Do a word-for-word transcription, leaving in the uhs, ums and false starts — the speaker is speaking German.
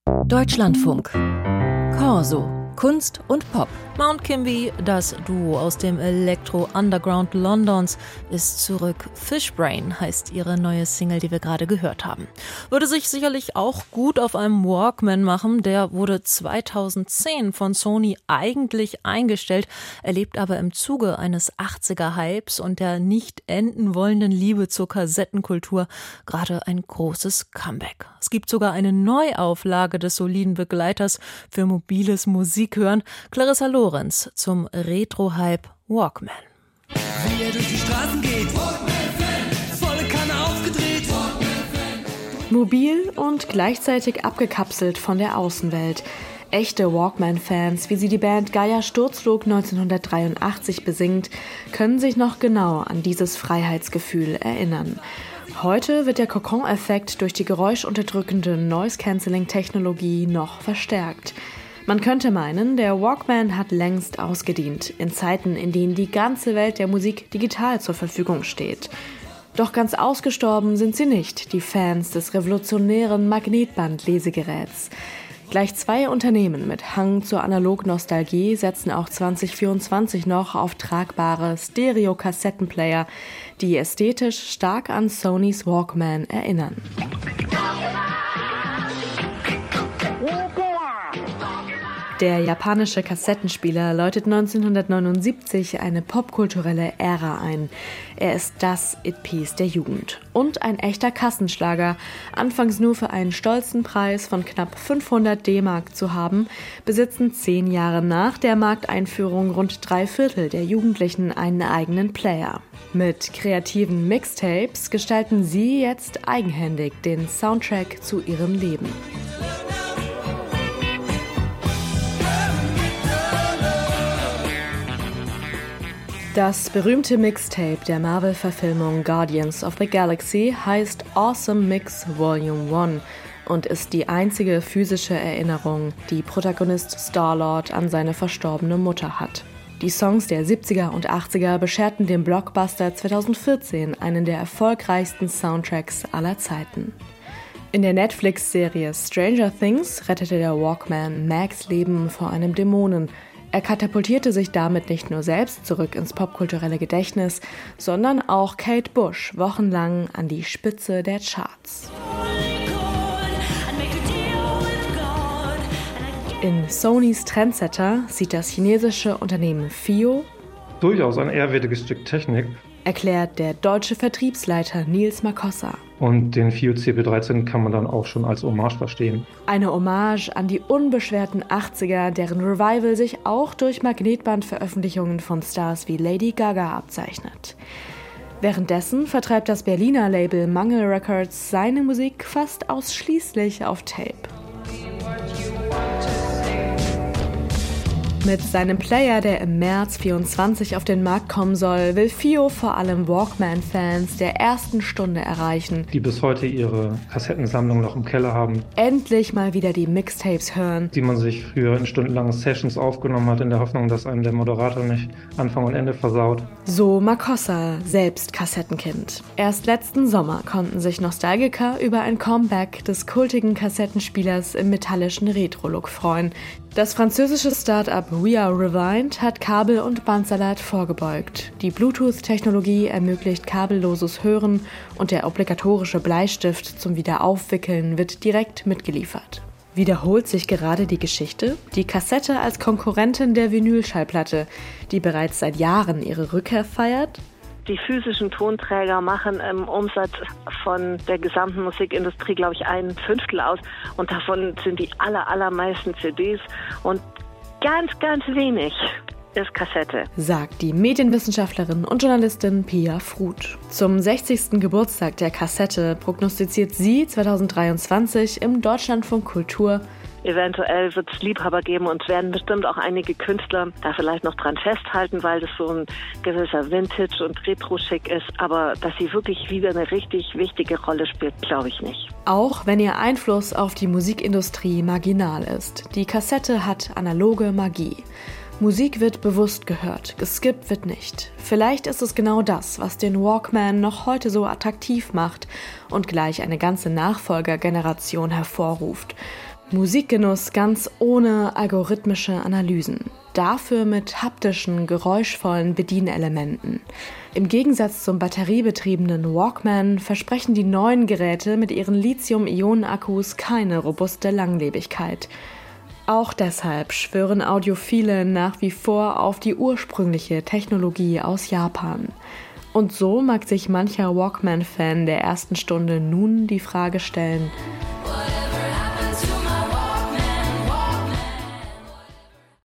Deutschlandfunk. Corso. Kunst und Pop. Mount Kimby, das Duo aus dem Elektro-Underground Londons, ist zurück. Fishbrain heißt ihre neue Single, die wir gerade gehört haben. Würde sich sicherlich auch gut auf einem Walkman machen. Der wurde zweitausendzehn von Sony eigentlich eingestellt, erlebt aber im Zuge eines achtziger-Hypes und der nicht enden wollenden Liebe zur Kassettenkultur gerade ein großes Comeback. Es gibt sogar eine Neuauflage des soliden Begleiters für mobiles Musikhören. Clarissa Lorenz zum Retro-Hype Walkman. Wie er durch die Straßen geht, Walkman-Fan, volle Kanne aufgedreht, Walkman-Fan. Mobil und gleichzeitig abgekapselt von der Außenwelt. Echte Walkman-Fans, wie sie die Band Gaia Sturzflug neunzehnhundertdreiundachtzig besingt, können sich noch genau an dieses Freiheitsgefühl erinnern. Heute wird der Kokon-Effekt durch die geräuschunterdrückende Noise-Cancelling-Technologie noch verstärkt. Man könnte meinen, der Walkman hat längst ausgedient, in Zeiten, in denen die ganze Welt der Musik digital zur Verfügung steht. Doch ganz ausgestorben sind sie nicht, die Fans des revolutionären Magnetband-Lesegeräts. Gleich zwei Unternehmen mit Hang zur Analog-Nostalgie setzen auch zwanzig vierundzwanzig noch auf tragbare Stereo-Kassettenplayer, die ästhetisch stark an Sonys Walkman erinnern. Der japanische Kassettenspieler läutet neunzehnhundertneunundsiebzig eine popkulturelle Ära ein. Er ist das It-Piece der Jugend. Und ein echter Kassenschlager. Anfangs nur für einen stolzen Preis von knapp fünfhundert D-Mark zu haben, besitzen zehn Jahre nach der Markteinführung rund drei Viertel der Jugendlichen einen eigenen Player. Mit kreativen Mixtapes gestalten sie jetzt eigenhändig den Soundtrack zu ihrem Leben. Das berühmte Mixtape der Marvel-Verfilmung Guardians of the Galaxy heißt Awesome Mix Volume eins und ist die einzige physische Erinnerung, die Protagonist Star-Lord an seine verstorbene Mutter hat. Die Songs der siebziger und achtziger bescherten dem Blockbuster zweitausendvierzehn einen der erfolgreichsten Soundtracks aller Zeiten. In der Netflix-Serie Stranger Things rettete der Walkman Mags Leben vor einem Dämonen. Er katapultierte sich damit nicht nur selbst zurück ins popkulturelle Gedächtnis, sondern auch Kate Bush wochenlang an die Spitze der Charts. In Sonys Trendsetter sieht das chinesische Unternehmen Fio durchaus ein ehrwürdiges Stück Technik, erklärt der deutsche Vertriebsleiter Nils Makossa. Und den Fio C P dreizehn kann man dann auch schon als Hommage verstehen. Eine Hommage an die unbeschwerten achtziger, deren Revival sich auch durch Magnetbandveröffentlichungen von Stars wie Lady Gaga abzeichnet. Währenddessen vertreibt das Berliner Label Mangel Records seine Musik fast ausschließlich auf Tape. Mit seinem Player, der im März vierundzwanzig auf den Markt kommen soll, will Fio vor allem Walkman-Fans der ersten Stunde erreichen, die bis heute ihre Kassettensammlung noch im Keller haben. Endlich mal wieder die Mixtapes hören, die man sich früher in stundenlangen Sessions aufgenommen hat, in der Hoffnung, dass einem der Moderator nicht Anfang und Ende versaut. So Makossa, selbst Kassettenkind. Erst letzten Sommer konnten sich Nostalgiker über ein Comeback des kultigen Kassettenspielers im metallischen Retro-Look freuen. Das französische Start-up We Are Rewind hat Kabel- und Bandsalat vorgebeugt. Die Bluetooth-Technologie ermöglicht kabelloses Hören und der obligatorische Bleistift zum Wiederaufwickeln wird direkt mitgeliefert. Wiederholt sich gerade die Geschichte? Die Kassette als Konkurrentin der Vinylschallplatte, die bereits seit Jahren ihre Rückkehr feiert? Die physischen Tonträger machen im Umsatz von der gesamten Musikindustrie, glaube ich, ein Fünftel aus. Und davon sind die aller, allermeisten C Ds und ganz, ganz wenig ist Kassette, sagt die Medienwissenschaftlerin und Journalistin Pia Fruth. Zum sechzigsten Geburtstag der Kassette prognostiziert sie zweitausenddreiundzwanzig im Deutschlandfunk Kultur: eventuell wird es Liebhaber geben und werden bestimmt auch einige Künstler da vielleicht noch dran festhalten, weil das so ein gewisser Vintage- und Retro-Schick ist. Aber dass sie wirklich wieder eine richtig wichtige Rolle spielt, glaube ich nicht. Auch wenn ihr Einfluss auf die Musikindustrie marginal ist. Die Kassette hat analoge Magie. Musik wird bewusst gehört, geskippt wird nicht. Vielleicht ist es genau das, was den Walkman noch heute so attraktiv macht und gleich eine ganze Nachfolgergeneration hervorruft. Musikgenuss ganz ohne algorithmische Analysen. Dafür mit haptischen, geräuschvollen Bedienelementen. Im Gegensatz zum batteriebetriebenen Walkman versprechen die neuen Geräte mit ihren Lithium-Ionen-Akkus keine robuste Langlebigkeit. Auch deshalb schwören Audiophile nach wie vor auf die ursprüngliche Technologie aus Japan. Und so mag sich mancher Walkman-Fan der ersten Stunde nun die Frage stellen: